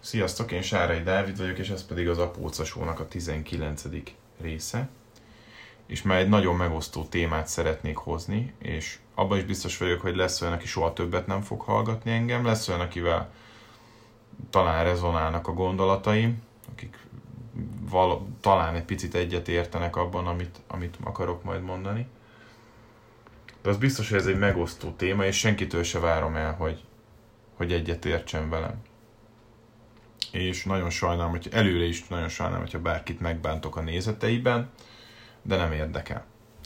Sziasztok, én Sárai Dávid vagyok, és ez pedig az Apóca Show-nak a 19. része. És már egy nagyon megosztó témát szeretnék hozni, és abban is biztos vagyok, hogy lesz olyan, aki soha többet nem fog hallgatni engem, lesz olyan, akivel talán rezonálnak a gondolataim, akik talán egy picit egyet értenek abban, amit akarok majd mondani. De az biztos, hogy ez egy megosztó téma, és senkitől se várom el, hogy egyet értsen velem. És nagyon sajnálom, hogy előre is nagyon sajnálom, hogyha bárkit megbántok a nézeteiben, de nem érdekel.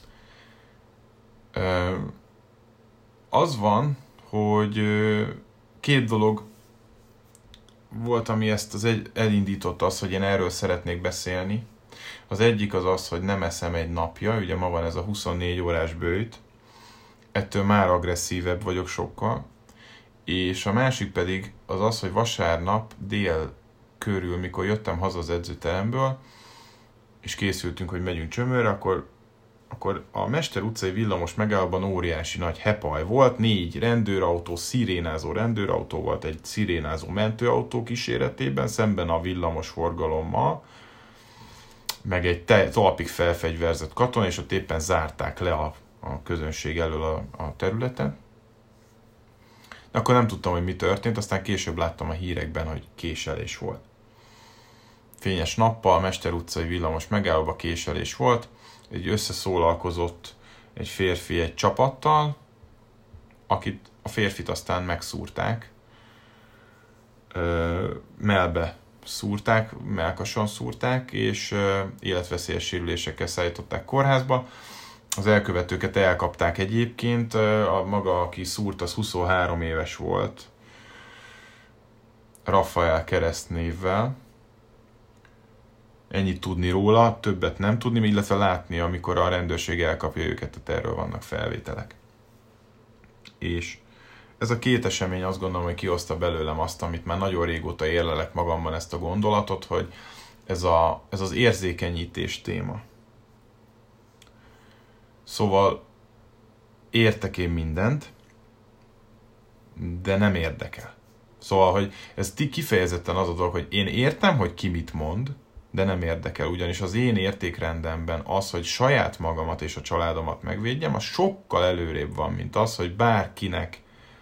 Az van, hogy két dolog volt, ami ezt elindította az, hogy én erről szeretnék beszélni. Az egyik az, hogy nem eszem egy napja, ugye ma van ez a 24 órás böjt, ettől már agresszívebb vagyok sokkal, és a másik pedig az, hogy vasárnap dél körül, mikor jöttem haza az edzőteremből, és készültünk, hogy megyünk Csömörre, akkor a Mester utcai villamos megállóban óriási nagy hepaj volt, 4 rendőrautó, szirénázó rendőrautó volt egy szirénázó mentőautó kíséretében, szemben a villamos forgalommal, meg egy talpig felfegyverzett katona, és ott éppen zárták le a közönség elől a területen. Akkor nem tudtam, hogy mi történt, aztán később láttam a hírekben, hogy késelés volt. Fényes nappal, Mester utcai villamos megállóba késelés volt, egy összeszólalkozott egy férfi egy csapattal, a férfit aztán megszúrták, mellbe szúrták, mellkason szúrták, és életveszélyes sérülésekkel szállították kórházba. Az elkövetőket elkapták egyébként, a maga, aki szúrt, az 23 éves volt, Rafael keresztnévvel. Ennyit tudni róla, többet nem tudni, illetve látni, amikor a rendőrség elkapja őket, tehát erről vannak felvételek. És ez a két esemény azt gondolom, hogy kihozta belőlem azt, amit már nagyon régóta érlelek magamban, ezt a gondolatot, hogy ez az érzékenyítés téma. Szóval értek én mindent, de nem érdekel. Szóval, hogy ez kifejezetten az a dolog, hogy én értem, hogy ki mit mond, de nem érdekel, ugyanis az én értékrendemben az, hogy saját magamat és a családomat megvédjem, az sokkal előrébb van, mint az, hogy bárkinek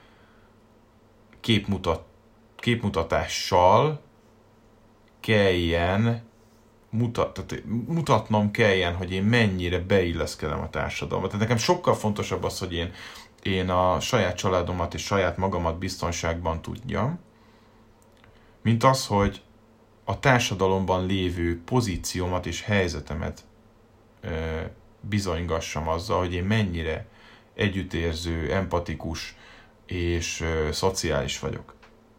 képmutatással kelljen mutatnom kelljen, hogy én mennyire beilleszkedem a társadalomba. Tehát nekem sokkal fontosabb az, hogy én a saját családomat és saját magamat biztonságban tudjam, mint az, hogy a társadalomban lévő pozíciómat és helyzetemet bizonygassam azzal, hogy én mennyire együttérző, empatikus és szociális vagyok.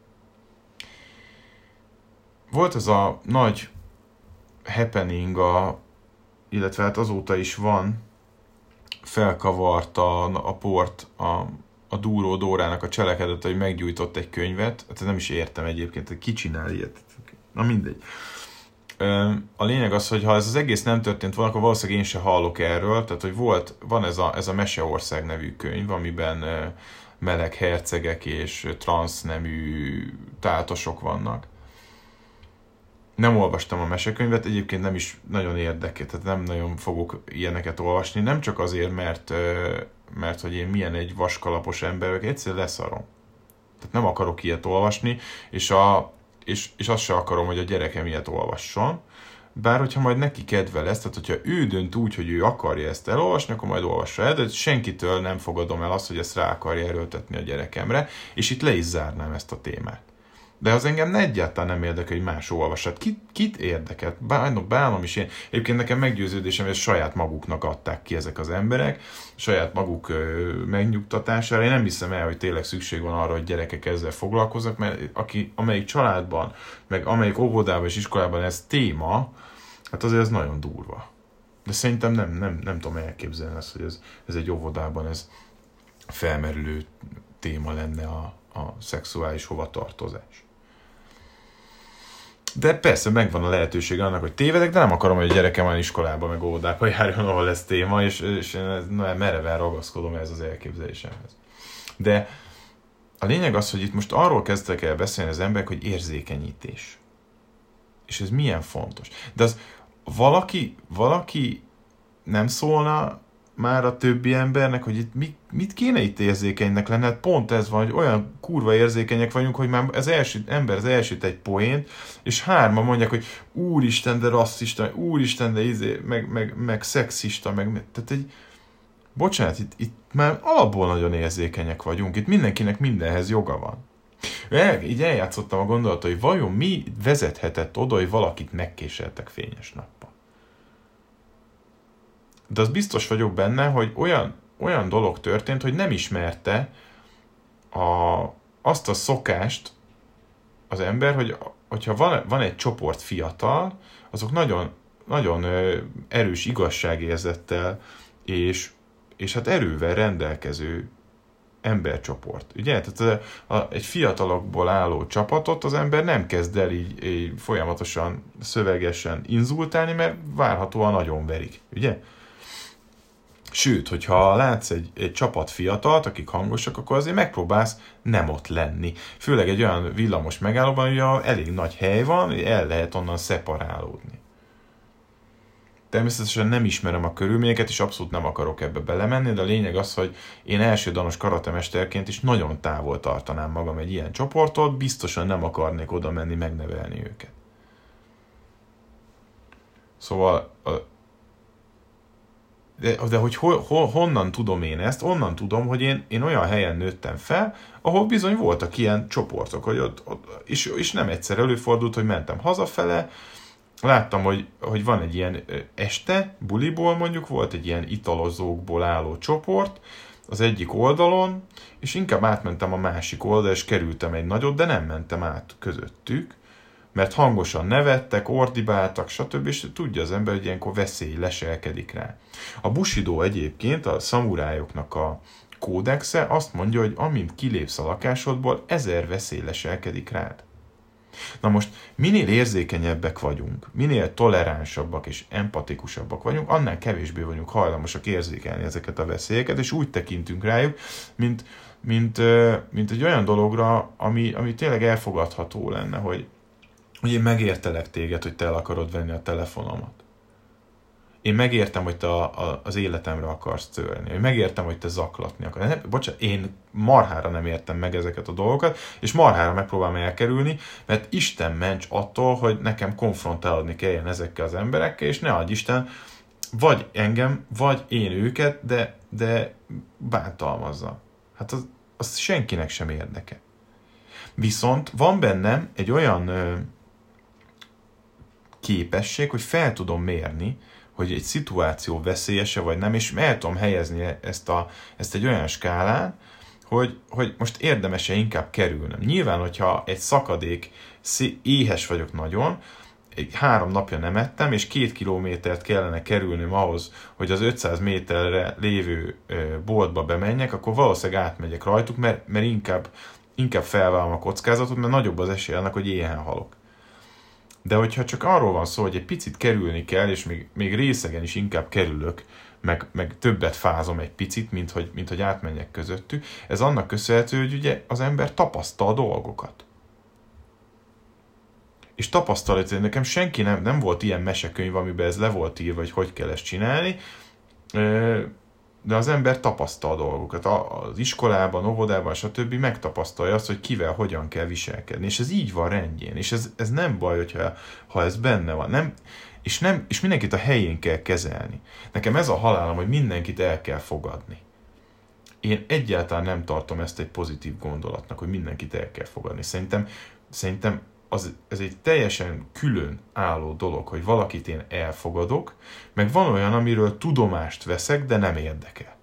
Volt ez a nagy happening, illetve hát azóta is van, felkavarta a port a Dúró Dórának a cselekedete, hogy meggyújtott egy könyvet. Hát nem is értem egyébként, hogy ki csinál ilyet. Na mindegy. A lényeg az, hogy ha ez az egész nem történt volna, akkor valószínűleg én se hallok erről. Tehát, hogy van ez a Meseország nevű könyv, amiben meleg hercegek és transz nemű táltosok vannak. Nem olvastam a mesekönyvet, egyébként nem is nagyon érdekel, tehát nem nagyon fogok ilyeneket olvasni, nem csak azért, mert hogy én milyen egy vaskalapos ember vagyok, egyszerűen leszarom. Tehát nem akarok ilyet olvasni, és azt se akarom, hogy a gyerekem ilyet olvasson, bár hogyha majd neki kedve lesz, tehát hogyha ő dönt úgy, hogy ő akarja ezt elolvasni, akkor majd olvassa el, de senkitől nem fogadom el azt, hogy ezt rá akarja erőltetni a gyerekemre, és itt le is zárnám ezt a témát. De az engem egyáltalán nem érdekel, hogy más olvasat. Kit érdekel? Bánom is én. Egyébként nekem meggyőződésem, hogy ezt saját maguknak adták ki ezek az emberek, saját maguk megnyugtatására. Én nem hiszem el, hogy tényleg szükség van arra, hogy gyerekek ezzel foglalkoznak, mert amelyik családban, meg amelyik óvodában és iskolában ez téma, hát azért ez nagyon durva. De szerintem nem tudom elképzelni azt, hogy ez egy óvodában ez felmerülő téma lenne a szexuális hovatartozás. De persze megvan a lehetőség annak, hogy tévedek, de nem akarom, hogy a gyerekem olyan iskolába, meg óvodába járjon, ahol lesz téma, és én mereven ragaszkodom ez az elképzelésemhez. De A lényeg az, hogy itt most arról kezdtek el beszélni az emberek, hogy érzékenyítés. És ez milyen fontos. De az valaki nem szólna már a többi embernek, hogy itt mit kéne itt érzékenynek lenni? Hát pont ez van, hogy olyan kurva érzékenyek vagyunk, hogy már az elsüt egy poént, és hárman mondják, hogy úristen, de rasszista, úristen, de meg szexista, tehát bocsánat, itt már alapból nagyon érzékenyek vagyunk, itt mindenkinek mindenhez joga van. Így eljátszottam a gondolatot, hogy vajon mi vezethetett oda, hogy valakit megkéseltek fényes nappal. De az biztos vagyok benne, hogy olyan dolog történt, hogy nem ismerte azt a szokást az ember, hogyha van egy csoport fiatal, azok nagyon, nagyon erős igazságérzettel és hát erővel rendelkező embercsoport. Ugye? Tehát egy fiatalokból álló csapatot az ember nem kezd el így folyamatosan, szövegesen inzultálni, mert várhatóan nagyon verik. Ugye? Sőt, hogyha látsz egy csapat fiatalt, akik hangosak, akkor azért megpróbálsz nem ott lenni. Főleg egy olyan villamos megállóban, hogy elég nagy hely van, el lehet onnan szeparálódni. Természetesen nem ismerem a körülményeket, és abszolút nem akarok ebbe belemenni, de a lényeg az, hogy én elsődanos karatemesterként is nagyon távol tartanám magam egy ilyen csoporttól, biztosan nem akarnék oda menni megnevelni őket. Szóval, de hogy honnan tudom én ezt? Onnan tudom, hogy én olyan helyen nőttem fel, ahol bizony voltak ilyen csoportok, hogy ott és nem egyszer előfordult, hogy mentem hazafele, láttam, hogy van egy ilyen este, buliból mondjuk, volt egy ilyen italozókból álló csoport az egyik oldalon, és inkább átmentem a másik oldalra, és kerültem egy nagyot, de nem mentem át közöttük, mert hangosan nevettek, ordibáltak, stb. És tudja az ember, hogy ilyenkor veszély leselkedik rá. A Bushido egyébként, a szamurájoknak a kódexe azt mondja, hogy amint kilépsz a lakásodból, 1000 veszély leselkedik rád. Na most, minél érzékenyebbek vagyunk, minél toleránsabbak és empatikusabbak vagyunk, annál kevésbé vagyunk hajlamosak érzékelni ezeket a veszélyeket, és úgy tekintünk rájuk, mint egy olyan dologra, ami tényleg elfogadható lenne, hogy én megértelek téged, hogy te el akarod venni a telefonomat. Én megértem, hogy te az életemre akarsz törni. Én megértem, hogy te zaklatni akarsz. Bocsánat, én marhára nem értem meg ezeket a dolgokat, és marhára megpróbálom elkerülni, mert Isten ments attól, hogy nekem konfrontálódni kelljen ezekkel az emberekkel, és ne adj Isten, vagy engem, vagy én őket, de bántalmazza. Hát az senkinek sem érdeke. Viszont van bennem egy olyan képesség, hogy fel tudom mérni, hogy egy szituáció veszélyese vagy nem, és el tudom helyezni ezt egy olyan skálán, hogy most érdemes-e inkább kerülnöm. Nyilván, hogyha egy szakadék, éhes vagyok nagyon, 3 napja nem ettem, és 2 kilométert kellene kerülnöm ahhoz, hogy az 500 méterre lévő boltba bemenjek, akkor valószínűleg átmegyek rajtuk, mert inkább felvállalom a kockázatot, mert nagyobb az esély annak, hogy éhen halok. De hogyha csak arról van szó, hogy egy picit kerülni kell, és még részegen is inkább kerülök, meg többet fázom egy picit, mint hogy átmenjek közöttük, ez annak köszönhető, hogy ugye az ember tapasztal dolgokat. És tapasztalat, nekem senki nem volt ilyen mesekönyv, amiben ez le volt írva, hogy kell ezt csinálni, de az ember tapasztal dolgokat. Az iskolában, óvodában, stb. Megtapasztalja azt, hogy kivel hogyan kell viselkedni. És ez így van rendjén. És ez nem baj, ha ez benne van. És mindenkit a helyén kell kezelni. Nekem ez a halálom, hogy mindenkit el kell fogadni. Én egyáltalán nem tartom ezt egy pozitív gondolatnak, hogy mindenkit el kell fogadni. Szerintem ez egy teljesen külön álló dolog, hogy valakit én elfogadok, meg van olyan, amiről tudomást veszek, de nem érdekel.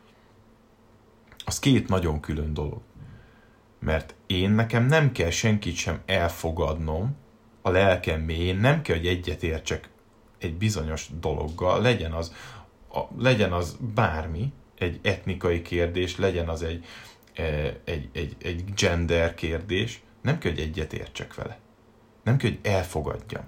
Az 2 nagyon külön dolog. Mert nekem nem kell senkit sem elfogadnom a lelkem mélyén, nem kell, hogy egyet értsek egy bizonyos dologgal, legyen az bármi, egy etnikai kérdés, legyen az egy gender kérdés, nem kell, hogy egyet értsek vele. Nem kell, hogy elfogadjam.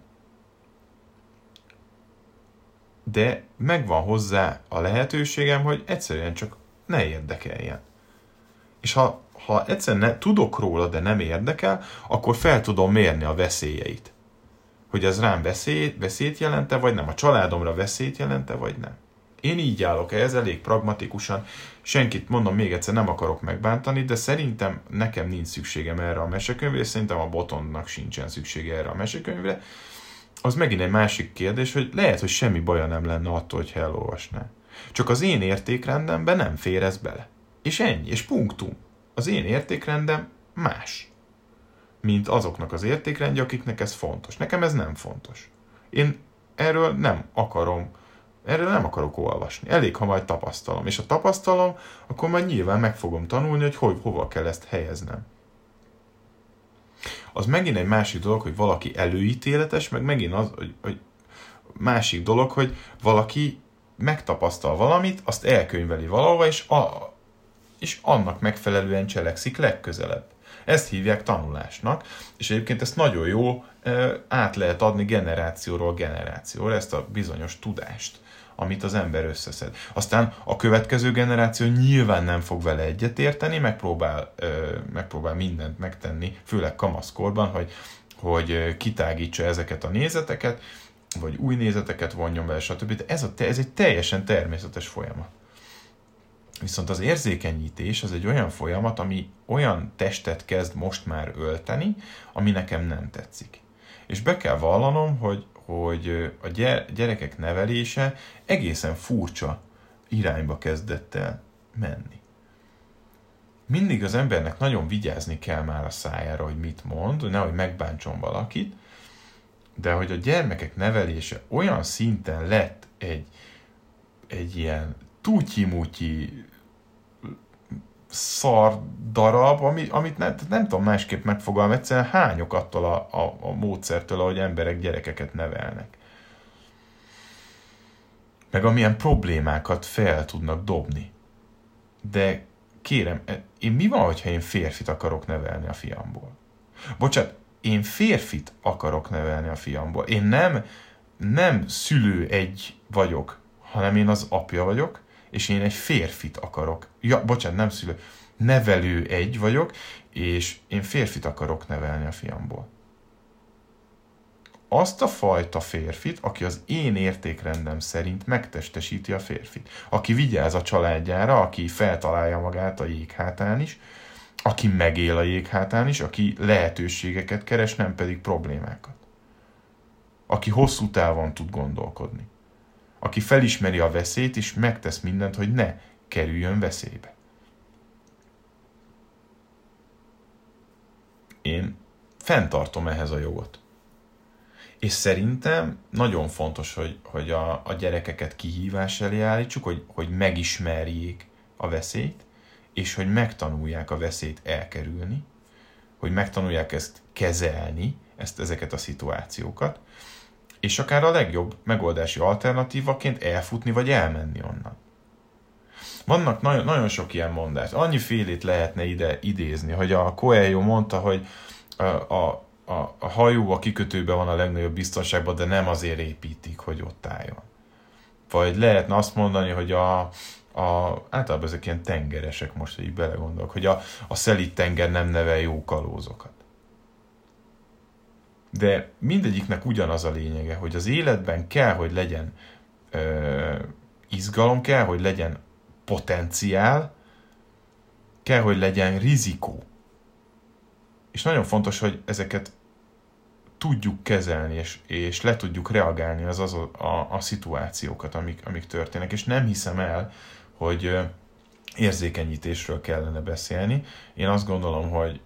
De megvan hozzá a lehetőségem, hogy egyszerűen csak ne érdekeljen. És ha egyszerűen tudok róla, de nem érdekel, akkor fel tudom mérni a veszélyeit. Hogy ez rám veszélyt jelente, vagy nem. A családomra veszélyt jelente, vagy nem. Én így állok ehhez elég pragmatikusan. Senkit, mondom még egyszer, nem akarok megbántani, de szerintem nekem nincs szükségem erre a mesekönyvre, és szerintem a Botondnak sincsen szüksége erre a mesekönyvre. Az megint egy másik kérdés, hogy lehet, hogy semmi baja nem lenne attól, hogyha elolvasná. Csak az én értékrendemben nem fér ez bele. És ennyi, és punktum. Az én értékrendem más, mint azoknak az értékrendje, akiknek ez fontos. Nekem ez nem fontos. Én erről nem akarok olvasni. Elég, ha majd tapasztalom. És ha tapasztalom, akkor majd nyilván meg fogom tanulni, hogy hova kell ezt helyeznem. Az megint egy másik dolog, hogy valaki előítéletes, meg megint az, hogy másik dolog, hogy valaki megtapasztal valamit, azt elkönyveli valahova, és annak megfelelően cselekszik legközelebb. Ezt hívják tanulásnak, és egyébként ezt nagyon jó át lehet adni generációról generációra, ezt a bizonyos tudást, amit az ember összeszed. Aztán a következő generáció nyilván nem fog vele egyetérteni, megpróbál mindent megtenni, főleg kamaszkorban, hogy kitágítsa ezeket a nézeteket, vagy új nézeteket vonjon be, stb. De ez egy teljesen természetes folyamat. Viszont az érzékenyítés az egy olyan folyamat, ami olyan testet kezd most már ölteni, ami nekem nem tetszik. És be kell vallanom, hogy a gyerekek nevelése egészen furcsa irányba kezdett el menni. Mindig az embernek nagyon vigyázni kell már a szájára, hogy mit mond, hogy nehogy megbántson valakit, de hogy a gyermekek nevelése olyan szinten lett egy ilyen tutyi-mutyi szar darab, amit nem tudom másképp megfogalmazni, egyszerűen hányok attól a módszertől, ahogy emberek gyerekeket nevelnek. Meg amilyen problémákat fel tudnak dobni. De kérem, mi van, hogyha én férfit akarok nevelni a fiamból? Bocsánat, én férfit akarok nevelni a fiamból. Én nem szülő egy vagyok, hanem én az apja vagyok, és én egy férfit akarok. Nem szülő. Nevelő egy vagyok, és én férfit akarok nevelni a fiamból. Azt a fajta férfit, aki az én értékrendem szerint megtestesíti a férfit. Aki vigyáz a családjára, aki feltalálja magát a jéghátán is, aki megél a jéghátán is, aki lehetőségeket keres, nem pedig problémákat. Aki hosszú távon tud gondolkodni. Aki felismeri a veszélyt, és megtesz mindent, hogy ne kerüljön veszélybe. Én fenntartom ehhez a jogot. És szerintem nagyon fontos, hogy a gyerekeket kihívás elé állítsuk, hogy megismerjék a veszélyt, és hogy megtanulják a veszélyt elkerülni, hogy megtanulják ezt kezelni, ezeket a szituációkat, és akár a legjobb megoldási alternatívaként elfutni, vagy elmenni onnan. Vannak nagyon sok ilyen mondás. Annyi félét lehetne ide idézni, hogy a Coelho mondta, hogy a hajó a kikötőben van a legnagyobb biztonságban, de nem azért építik, hogy ott álljon. Vagy lehetne azt mondani, hogy általában ezek ilyen tengeresek, most, hogy így belegondolok, hogy a szelíd tenger nem nevel jó kalózokat. De mindegyiknek ugyanaz a lényege, hogy az életben kell, hogy legyen izgalom, kell, hogy legyen potenciál, kell, hogy legyen rizikó. És nagyon fontos, hogy ezeket tudjuk kezelni, és le tudjuk reagálni a szituációkat, amik történnek. És nem hiszem el, hogy érzékenyítésről kellene beszélni. Én azt gondolom,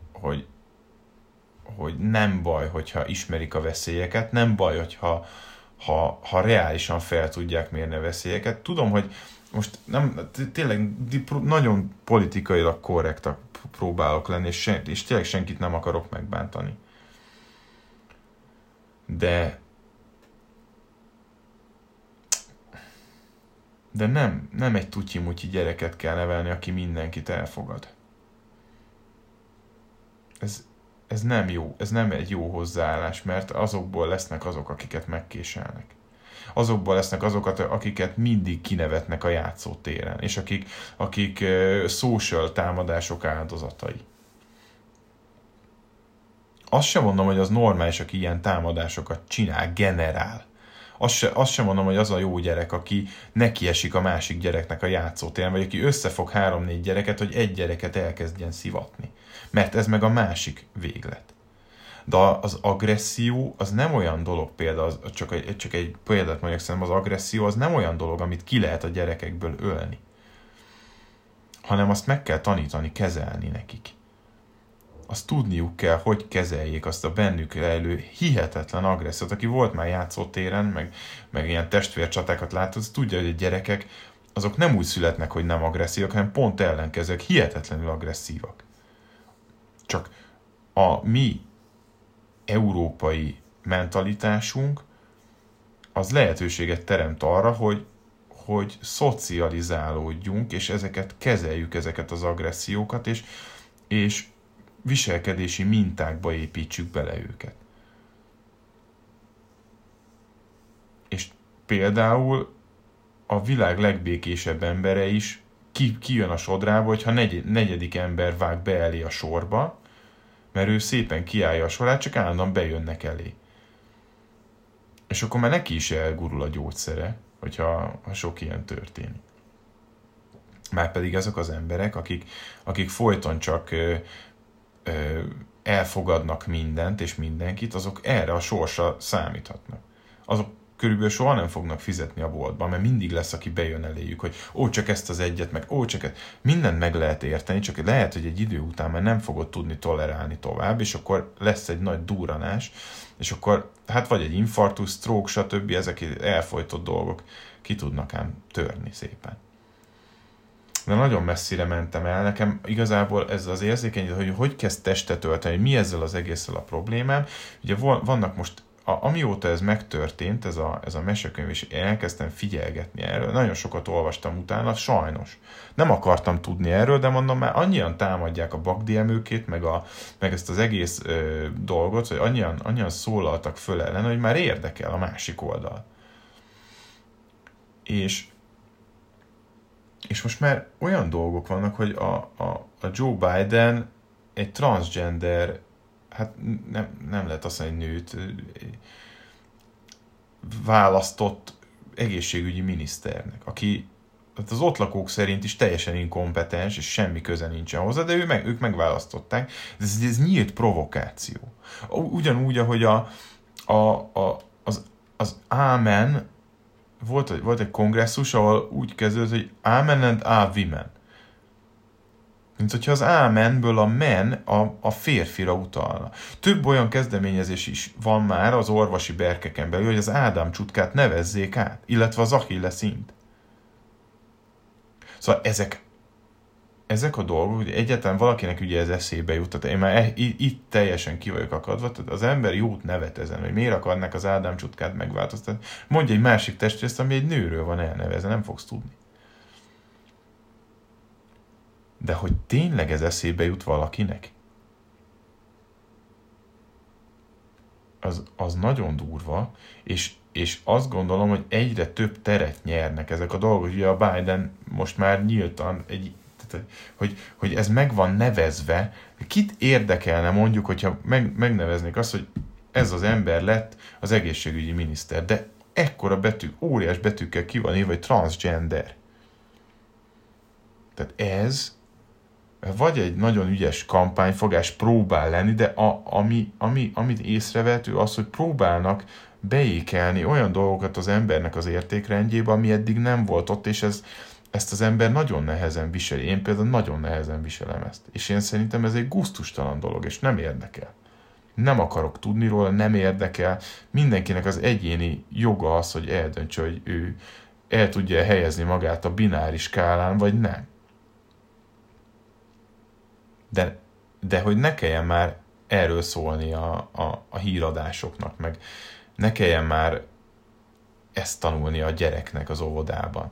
hogy nem baj, hogyha ismerik a veszélyeket, nem baj, hogyha reálisan fel tudják mérni a veszélyeket. Tudom, hogy most tényleg nagyon politikailag korrektak próbálok lenni, és tényleg senkit nem akarok megbántani. De nem egy tutyi-mutyi gyereket kell nevelni, aki mindenkit elfogad. Ez nem jó, ez nem egy jó hozzáállás, mert azokból lesznek azok, akiket megkéselnek. Azokból lesznek azokat, akiket mindig kinevetnek a játszótéren, és akik social támadások áldozatai. Azt sem mondom, hogy az normális, aki ilyen támadásokat csinál, generál. Azt sem mondom, hogy az a jó gyerek, aki nekiesik a másik gyereknek a játszótéren, vagy aki összefog 3-4 gyereket, hogy egy gyereket elkezdjen szivatni. Mert ez meg a másik véglet. De az agresszió az nem olyan dolog, például, csak egy példát mondjuk, szerintem az agresszió az nem olyan dolog, amit ki lehet a gyerekekből ölni. Hanem azt meg kell tanítani, kezelni nekik. Azt tudniuk kell, hogy kezeljék azt a bennük lejlő hihetetlen agressziót. Aki volt már játszótéren, meg ilyen testvércsatákat látott, az tudja, hogy a gyerekek azok nem úgy születnek, hogy nem agresszívak, hanem pont ellenkezőek, hihetetlenül agresszívak. Csak a mi európai mentalitásunk az lehetőséget teremt arra, hogy szocializálódjunk, és kezeljük ezeket az agressziókat, és viselkedési mintákba építsük bele őket. És például a világ legbékésebb embere is kijön a sodrába, hogyha negyedik ember vág be elé a sorba, mert ő szépen kiállja a sorát, csak állandóan bejönnek elé. És akkor már neki is elgurul a gyógyszere, hogyha sok ilyen történik. Márpedig azok az emberek, akik folyton csak elfogadnak mindent és mindenkit, azok erre a sorsra számíthatnak. Azok körülbelül soha nem fognak fizetni a boltban, mert mindig lesz, aki bejön eléjük, hogy csak ezt az egyet, meg csak ezt. Mindent meg lehet érteni, csak lehet, hogy egy idő után már nem fogod tudni tolerálni tovább, és akkor lesz egy nagy durranás, és akkor hát vagy egy infarktus, stroke, stb. Ezek elfojtott dolgok ki tudnak ám törni szépen. De nagyon messzire mentem el. Nekem igazából ez az érzékeny, hogy kezd testet ölteni, hogy mi ezzel az egésszel a problémám. Ugye vannak most, amióta ez megtörtént, ez a mesekönyv, és én elkezdtem figyelgetni erről, nagyon sokat olvastam utána, sajnos. Nem akartam tudni erről, de mondom, már annyian támadják a bakdiemőkét, meg ezt az egész dolgot, hogy annyian szólaltak föl ellen, hogy már érdekel a másik oldal. És most már olyan dolgok vannak, hogy a Joe Biden egy transgender, hát nem lehet azt mondani, nőt választott egészségügyi miniszternek, aki az ott lakók szerint is teljesen inkompetens, és semmi köze nincsen hozzá, de ők megválasztották. Ez nyílt provokáció. Ugyanúgy, ahogy az Amen volt egy kongresszus, ahol úgy kezdődött, hogy Amen and a women. Mint hogyha az Amenből a men a férfira utalna. Több olyan kezdeményezés is van már az orvosi berkeken belül, hogy az Ádám csutkát nevezzék át, illetve az Achilleszint. Szóval ezek a dolgok, hogy egyáltalán valakinek ugye ez eszébe jut, tehát én már itt teljesen ki vagyok akadva, tehát az ember jót nevet ezen, hogy miért akarnak az Ádám csutkát megváltoztatni. Mondja egy másik testrészt, ami egy nőről van elnevezve, nem fogsz tudni. De hogy tényleg ez eszébe jut valakinek, az nagyon durva, és azt gondolom, hogy egyre több teret nyernek ezek a dolgok. Ugye a Biden most már nyíltan hogy ez meg van nevezve, kit érdekelne mondjuk, hogyha megneveznék azt, hogy ez az ember lett az egészségügyi miniszter, de ekkora óriás betűkkel ki van írva, vagy transgender. Tehát ez vagy egy nagyon ügyes kampányfogás próbál lenni, de amit észrevehető az, hogy próbálnak beékelni olyan dolgokat az embernek az értékrendjébe, ami eddig nem volt ott, és ezt az ember nagyon nehezen viseli. Én például nagyon nehezen viselem ezt. És én szerintem ez egy gusztustalan dolog, és nem érdekel. Nem akarok tudni róla, nem érdekel. Mindenkinek az egyéni joga az, hogy eldöntse, hogy ő el tudja helyezni magát a bináris skálán, vagy nem. De hogy ne kelljen már erről szólni a híradásoknak, meg ne kelljen már ezt tanulni a gyereknek az óvodában.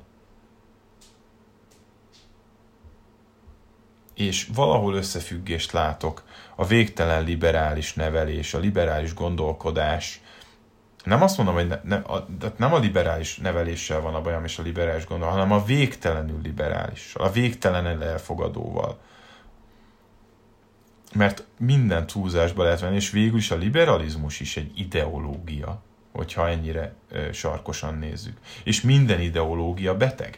És valahol összefüggést látok a végtelen liberális nevelés, a liberális gondolkodás Nem azt mondom, hogy nem a liberális neveléssel van a bajom és a liberális gondol, hanem a végtelenül liberálissal, a végtelenül elfogadóval. Mert minden túlzásba lehet venni, és végül is a liberalizmus is egy ideológia, hogyha ennyire sarkosan nézzük. És minden ideológia beteg.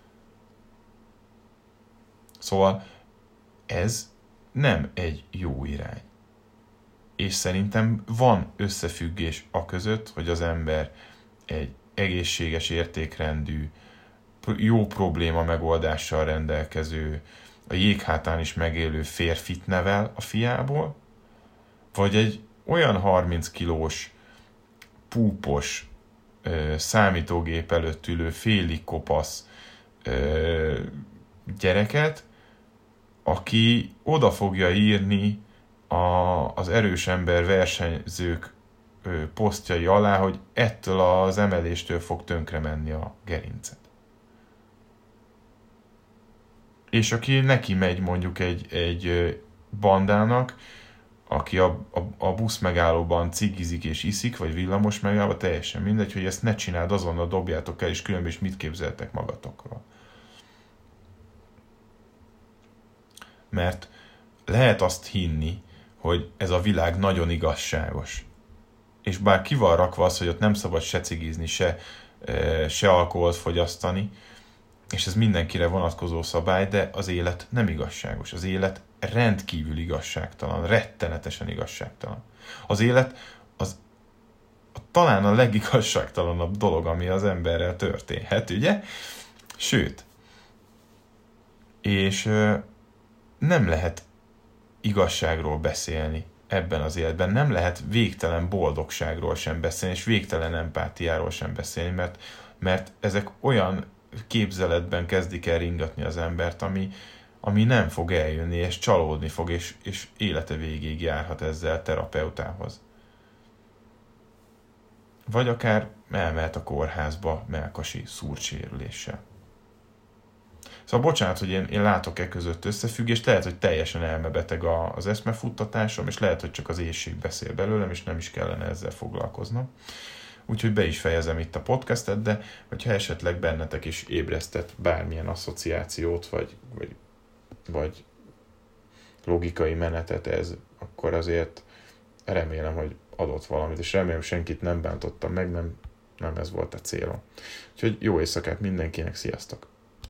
Szóval ez nem egy jó irány. És szerintem van összefüggés a között, hogy az ember egy egészséges értékrendű, jó probléma megoldással rendelkező, a jéghátán is megélő férfit nevel a fiából, vagy egy olyan 30 kilós, púpos, számítógép előtt ülő, félig kopasz gyereket, aki oda fogja írni az erős ember versenyzők posztjai alá, hogy ettől az emeléstől fog tönkre menni a gerincet. És aki neki megy mondjuk egy bandának, aki a busz megállóban cigizik és iszik, vagy villamos megállóban, teljesen mindegy, hogy ezt ne csináld, azonnal dobjátok el, és különben is mit képzeltek magatokról. Mert lehet azt hinni, hogy ez a világ nagyon igazságos. És bár ki van rakva az, hogy ott nem szabad se cigizni, se alkoholt fogyasztani, és ez mindenkire vonatkozó szabály, de az élet nem igazságos. Az élet rendkívül igazságtalan, rettenetesen igazságtalan. Az élet az talán a legigazságtalanabb dolog, ami az emberrel történhet, ugye? Sőt, és nem lehet igazságról beszélni ebben az életben, nem lehet végtelen boldogságról sem beszélni, és végtelen empátiáról sem beszélni, mert ezek olyan képzeletben kezdik el ringatni az embert, ami nem fog eljönni, és csalódni fog, és élete végéig járhat ezzel terapeutához. Vagy akár elmehet a kórházba mellkasi szúrtsérüléssel. Szóval bocsánat, hogy én látok között összefüggést, lehet, hogy teljesen elmebeteg az eszmefuttatásom, és lehet, hogy csak az éhség beszél belőlem, és nem is kellene ezzel foglalkoznom. Úgyhogy be is fejezem itt a podcastet, de hogyha esetleg bennetek is ébresztett bármilyen asszociációt, vagy logikai menetet ez, akkor azért remélem, hogy adott valamit, és remélem, senkit nem bántottam meg, nem ez volt a célom. Úgyhogy jó éjszakát mindenkinek, sziasztok!